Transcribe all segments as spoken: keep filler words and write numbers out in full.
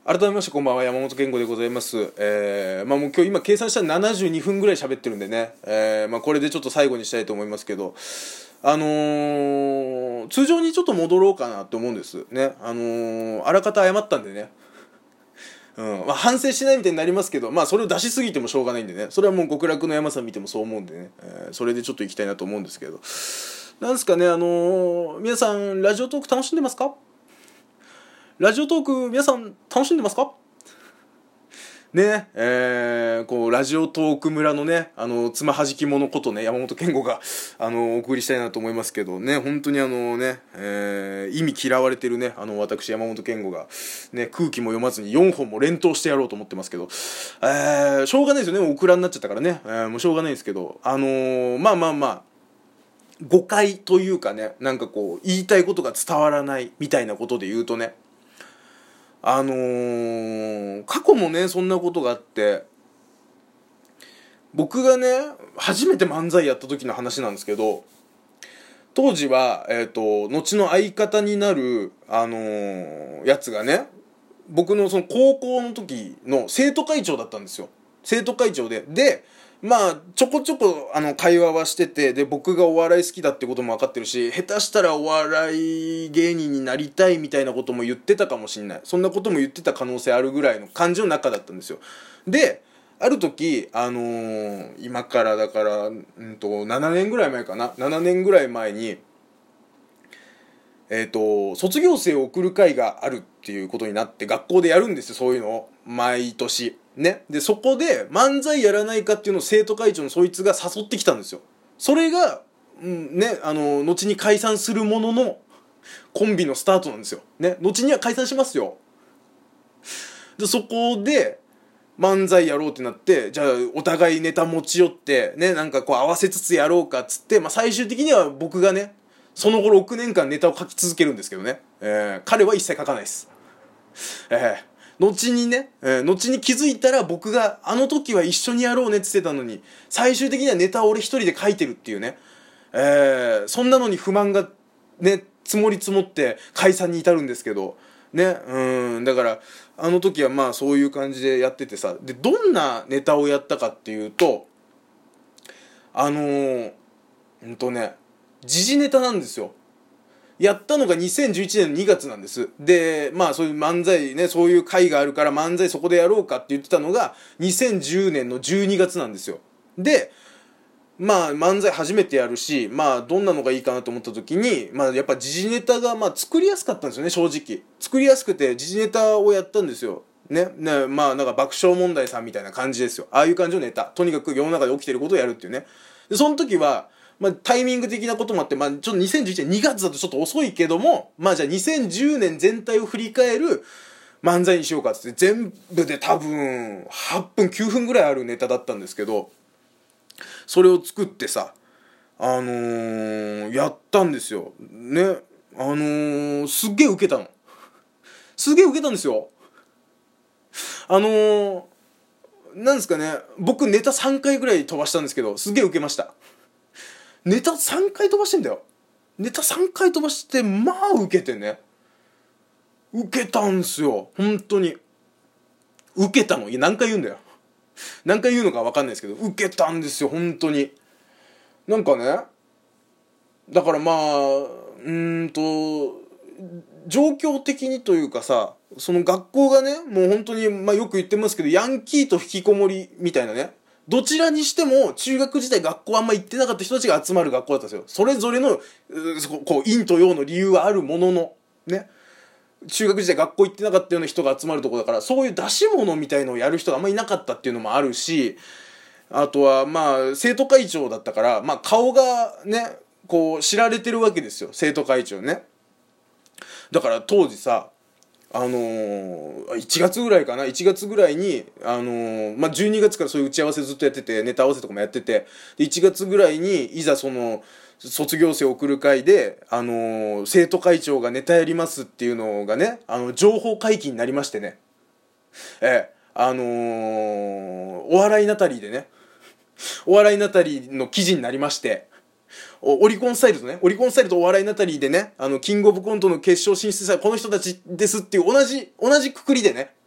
改めましてこんばんは、山本健吾でございます。えー、まあもう今日今計算したらななじゅうにふんぐらい喋ってるんでね、えー、まあこれでちょっと最後にしたいと思いますけど、あのー、通常にちょっと戻ろうかなと思うんですね。あのー、あらかた謝ったんでね。うん、まあ反省しないみたいになりますけど、まあそれを出しすぎてもしょうがないんでね、それはもう極楽の山さん見てもそう思うんでね、えー、それでちょっと行きたいなと思うんですけど、なんですかね、あのー、皆さんラジオトーク楽しんでますか？ラジオトーク皆さん楽しんでますかねえー、こうラジオトーク村のね、あのつまはじき者ことね山本健吾があのお送りしたいなと思いますけどね、本当にあのね、えー、意味嫌われてるねあの私山本健吾がね空気も読まずによんほんも連投してやろうと思ってますけど、えー、しょうがないですよね、もうオクラになっちゃったからね、えー、もうしょうがないですけど、あのー、まあまあまあ誤解というかね、なんかこう言いたいことが伝わらないみたいなことで言うとね、あのー、過去もねそんなことがあって、僕がね初めて漫才やった時の話なんですけど、当時は、えーと、後の相方になる、あのー、やつがね、僕のその高校の時の生徒会長だったんですよ。生徒会長ででまあちょこちょこあの会話はしてて、で僕がお笑い好きだってことも分かってるし、下手したらお笑い芸人になりたいみたいなことも言ってたかもしれない、そんなことも言ってた可能性あるぐらいの感じの中だったんですよ。である時あのー、今からだから、うんとななねんぐらい前かなななねんぐらい前にえーと卒業生を送る会があるっていうことになって、学校でやるんですよ、そういうのを毎年ね。でそこで漫才やらないかっていうのを生徒会長のそいつが誘ってきたんですよ。それが、うんね、あの後に解散するもののコンビのスタートなんですよね。後には解散しますよ。でそこで漫才やろうってなって、じゃあお互いネタ持ち寄ってね、なんかこう合わせつつやろうかっつって、まあ、最終的には僕がねその後ろくねんかんネタを書き続けるんですけどね、えー、彼は一切書かないです。えー、後にね、えー、後に気づいたら僕があの時は一緒にやろうねって言ってたのに、最終的にはネタを俺一人で書いてるっていうね、えー、そんなのに不満がね積もり積もって解散に至るんですけどね。うんだからあの時はまあそういう感じでやっててさ、でどんなネタをやったかっていうと、あのー、うんとね時事ネタなんですよ。やったのがにせんじゅういちねんのにがつなんです。でまあそういう漫才ね、そういう会があるから漫才そこでやろうかって言ってたのがにせんじゅうねんのじゅうにがつなんですよ。でまあ漫才初めてやるし、まあどんなのがいいかなと思った時に、まあやっぱ時事ネタがまあ作りやすかったんですよね、正直。作りやすくて時事ネタをやったんですよ。ね、ね、まあなんか爆笑問題さんみたいな感じですよ。ああいう感じのネタ。とにかく世の中で起きてることをやるっていうね。で、その時は、まあタイミング的なこともあって、まあちょっとにせんじゅういちねんにがつだとちょっと遅いけども、まあじゃあにせんじゅうねん全体を振り返る漫才にしようかっつって、全部で多分はっぷんきゅうふんぐらいあるネタだったんですけど、それを作ってさ、あのー、やったんですよね。あのー、すっげえウケたの。すげえウケたんですよ。あのー、なんですかね、僕ネタさんかいぐらい飛ばしたんですけど、すげえウケました。ネタさんかい飛ばしてんだよ。ネタさんかい飛ばしてまあウケてね、ウケたんすよ本当に。ウケたの、いや何回言うんだよ、何回言うのか分かんないですけど、ウケたんですよ本当に。なんかね、だからまあうーんと状況的にというかさ、その学校がねもう本当にまあよく言ってますけど、ヤンキーと引きこもりみたいなね、どちらにしても中学時代学校あんま行ってなかった人たちが集まる学校だったんですよ。それぞれのこう陰と陽の理由はあるもののね、中学時代学校行ってなかったような人が集まるとこだから、そういう出し物みたいのをやる人があんまりいなかったっていうのもあるし、あとはまあ生徒会長だったから、まあ顔がねこう知られてるわけですよ、生徒会長ね。だから当時さ、あのー、いちがつぐらいかないちがつぐらいに、あのーまあ、じゅうにがつからそういう打ち合わせずっとやってて、ネタ合わせとかもやってて、でいちがつぐらいにいざその卒業生を送る会で、あのー、生徒会長がネタやりますっていうのがね、あの情報解禁になりましてね、ええあのー、お笑いナタリーでね、お笑いナタリーの記事になりまして、オリコンスタイルとね、オリコンスタイルとお笑いナタリーでね、あのキングオブコントの決勝進出者この人たちですっていう同じ同じくくりでね、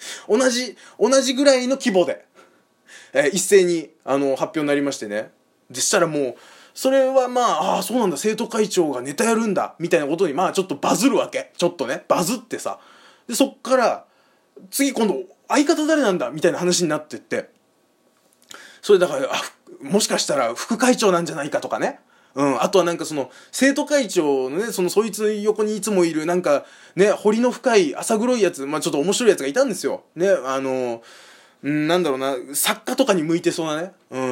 同じ同じぐらいの規模で、えー、一斉にあの発表になりましてね。でしたらもうそれはまあ、ああそうなんだ、生徒会長がネタやるんだみたいなことにまあちょっとバズるわけ。ちょっとねバズってさ、でそっから次今度相方誰なんだみたいな話になってって、それだからあもしかしたら副会長なんじゃないかとかね。うん、あとはなんかその生徒会長のね、そのそいつの横にいつもいるなんかね、彫りの深い浅黒いやつ、まあちょっと面白いやつがいたんですよね。あのんなんだろうな、作家とかに向いてそうなね、うん、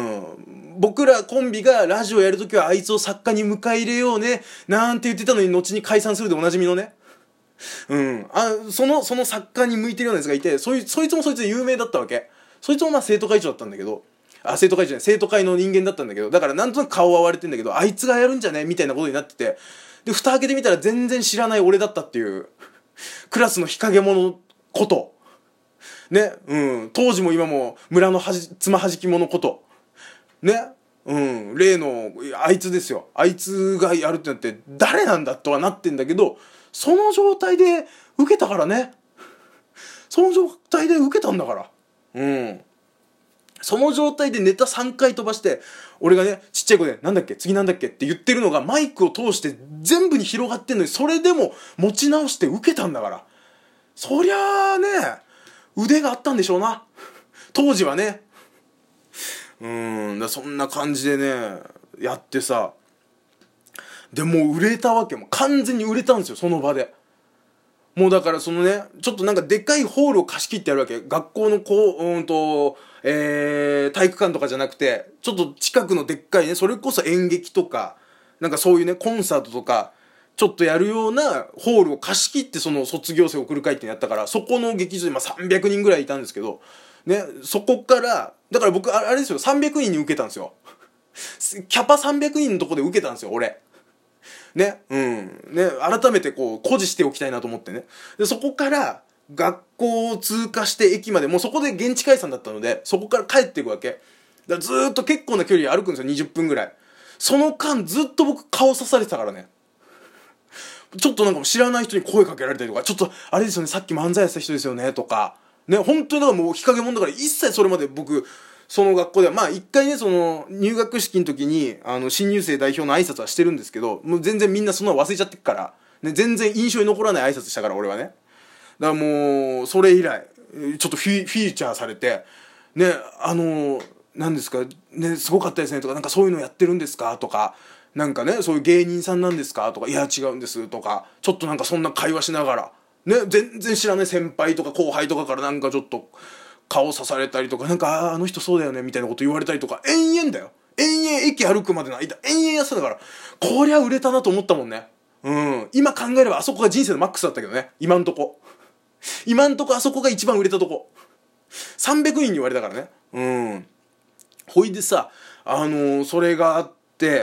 僕らコンビがラジオやるときはあいつを作家に迎え入れようねなんて言ってたのに、後に解散するでおなじみのね、うん、あそのその作家に向いてるようなやつがいて、そいそいつもそいつで有名だったわけ。そいつもまあ生徒会長だったんだけど、あ生徒会長じゃない生徒会の人間だったんだけど、だからなんとなく顔は割れてんだけど、あいつがやるんじゃねみたいなことになってて、で蓋開けてみたら全然知らない俺だったっていうクラスの日陰者ことね、うん、当時も今も村のはじつまはじき者ことね、うん、例のあいつですよ。あいつがやるってなって誰なんだとはなってんだけど、その状態で受けたからね。その状態で受けたんだから、うん、その状態でネタさんかい飛ばして、俺がねちっちゃい子でなんだっけ次なんだっけって言ってるのがマイクを通して全部に広がってんのに、それでも持ち直して受けたんだから、そりゃあね腕があったんでしょうな当時はね。うーんだそんな感じでねやってさ、でもう売れたわけ。もう完全に売れたんですよその場で。もうだからそのねちょっとなんかでっかいホールを貸し切ってやるわけ。学校のこううんとえー、体育館とかじゃなくて、ちょっと近くのでっかいね、それこそ演劇とかなんかそういうねコンサートとかちょっとやるようなホールを貸し切って、その卒業生を送る会ってやったから、そこの劇場でまあさんびゃくにんぐらいいたんですけどね、そこからだから僕あれですよ、さんびゃくにんに受けたんですよキャパさんびゃくにんのとこで受けたんですよ俺ね、うんね、改めてこう誇示しておきたいなと思ってね。でそこから学校を通過して駅まで、もうそこで現地解散だったので、そこから帰っていくわけだから、ずーっと結構な距離歩くんですよ、にじゅっぷんぐらい。その間ずっと僕顔刺されてたからね。ちょっとなんか知らない人に声かけられたりとか、ちょっとあれですよねさっき漫才やってた人ですよねとかね、本当にだからもう日陰者だから一切それまで僕その学校ではまあ一回ね、その入学式の時にあの新入生代表の挨拶はしてるんですけど、もう全然みんなそんなの忘れちゃってっから、ね、全然印象に残らない挨拶したから俺はね。だからもうそれ以来ちょっとフィフィーチャーされてね、あの何ですかね、すごかったですねとか、なんかそういうのやってるんですかとか、なんかねそういう芸人さんなんですかとか、いや違うんですとか、ちょっとなんかそんな会話しながらね、全然知らない先輩とか後輩とかからなんかちょっと顔刺されたりとか、なんか あ, あの人そうだよねみたいなこと言われたりとか、延々だよ、延々駅歩くまでの間延々やってたから、こりゃ売れたなと思ったもんね。うん、今考えればあそこが人生のマックスだったけどね、今んとこ今んとこあそこが一番売れたとこ。さんびゃくにんに言われたからね。うんほいでさ、あのー、それがあって、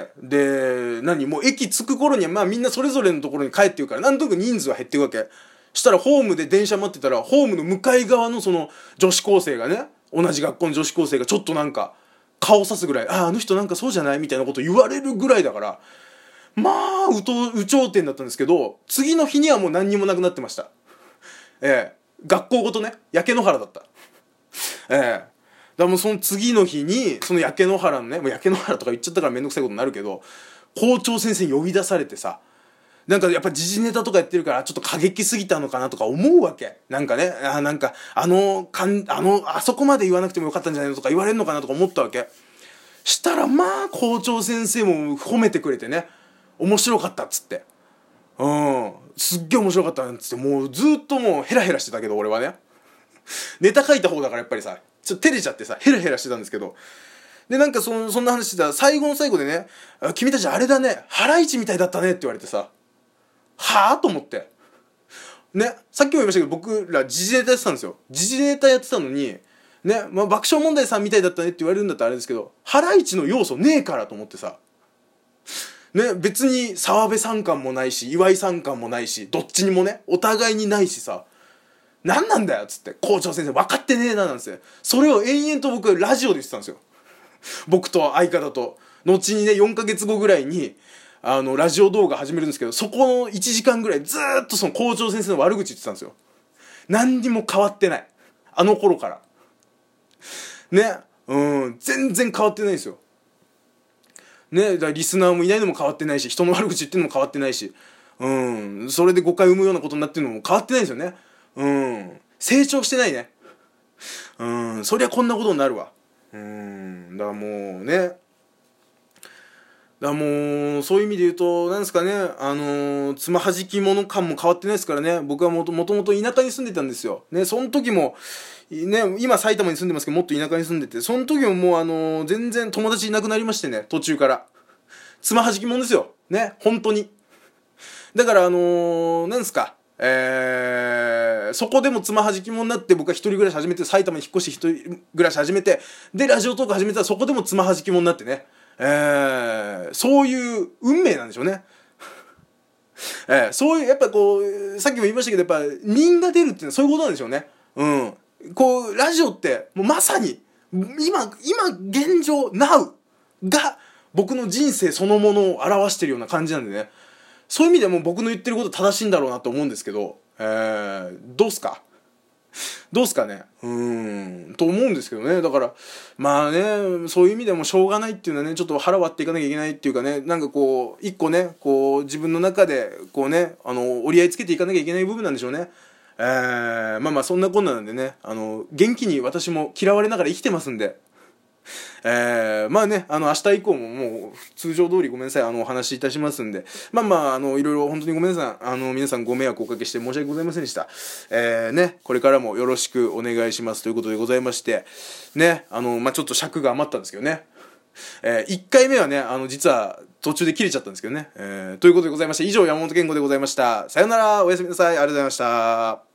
で何もう駅着く頃にはまあみんなそれぞれのところに帰ってるから、なんとなく人数は減っていくわけ。したらホームで電車待ってたら、ホームの向かい側のその女子高生がね、同じ学校の女子高生がちょっとなんか顔さすぐらい、あああの人なんかそうじゃないみたいなこと言われるぐらいだから、まあ有頂天だったんですけど、次の日にはもう何にもなくなってました。ええ学校ごとね焼け野原だった。ええだからもうその次の日にその焼け野原のね、もう焼け野原とか言っちゃったからめんどくさいことになるけど、校長先生に呼び出されてさ、なんかやっぱ時事ネタとかやってるからちょっと過激すぎたのかなとか思うわけ。なんかね、あなんかあのかんあのあそこまで言わなくてもよかったんじゃないのとか言われるのかなとか思ったわけ。したらまあ校長先生も褒めてくれてね、面白かったっつって、うんすっげえ面白かったなんつって、もうずっともうヘラヘラしてたけど俺はね、ネタ書いた方だからやっぱりさちょっと照れちゃってさヘラヘラしてたんですけど、でなんかそのそんな話してたら最後の最後でね、君たちあれだねハライチみたいだったねって言われてさ、はぁと思ってね、さっきも言いましたけど僕ら時事ネタやってたんですよ。時事ネタやってたのにね、まあ、爆笑問題さんみたいだったねって言われるんだったらあれですけど、ハライチの要素ねえからと思ってさね、別に澤部さん感もないし岩井さん感もないし、どっちにもねお互いにないしさ、何なんだよっつって、校長先生分かってねえななんですよ。それを延々と僕ラジオで言ってたんですよ、僕と相方と。後にねよんかげつごぐらいにあのラジオ動画始めるんですけど、そこのいちじかんぐらいずーっとその校長先生の悪口言ってたんですよ。何にも変わってないあの頃からね、うん全然変わってないですよね。だからリスナーもいないのも変わってないし、人の悪口言ってるのも変わってないし、うんそれで誤解を生むようなことになってるのも変わってないですよね。うん成長してないね。うんそりゃこんなことになるわ。うんだからもうね、だからもうそういう意味で言うとなんですかね、あのー、つまはじき者感も変わってないですからね。僕はもともと田舎に住んでたんですよね。その時もね、今埼玉に住んでますけどもっと田舎に住んでて、その時ももうあのー、全然友達いなくなりましてね、途中からつまはじき者ですよね、本当に。だからあのー、なんですか、えー、そこでもつまはじき者になって、僕は一人暮らし始めて、埼玉に引っ越して一人暮らし始めて、でラジオトーク始めたら、そこでもつまはじき者になってね、えー、そういう運命なんでしょうね。えー、そういうやっぱこうさっきも言いましたけど、やっぱ人が出るっていうのはそういうことなんでしょうね。うんこうラジオってもうまさに今今現状 Now が僕の人生そのものを表してるような感じなんでね、そういう意味でも僕の言ってること正しいんだろうなと思うんですけど、えー、どうすかどうすかね、うーんと思うんですけどね。だからまあね、そういう意味でもしょうがないっていうのはね、ちょっと腹割っていかなきゃいけないっていうかね、なんかこう一個ね、こう自分の中でこうね、あの折り合いつけていかなきゃいけない部分なんでしょうね。えー、まあまあそんなこんななんでね、あの元気に私も嫌われながら生きてますんで、えー、まあね、あの明日以降ももう通常通りごめんなさい、あのお話しいたしますんで、まあまああのいろいろ本当にごめんなさい、あの皆さんご迷惑をおかけして申し訳ございませんでした。えー、ね、これからもよろしくお願いしますということでございまして、ね、あのまあちょっと尺が余ったんですけどね、えー、いっかいめはね、あの実は途中で切れちゃったんですけどね、えー、ということでございまして、以上山本健吾でございました。さよなら、おやすみなさい、ありがとうございました。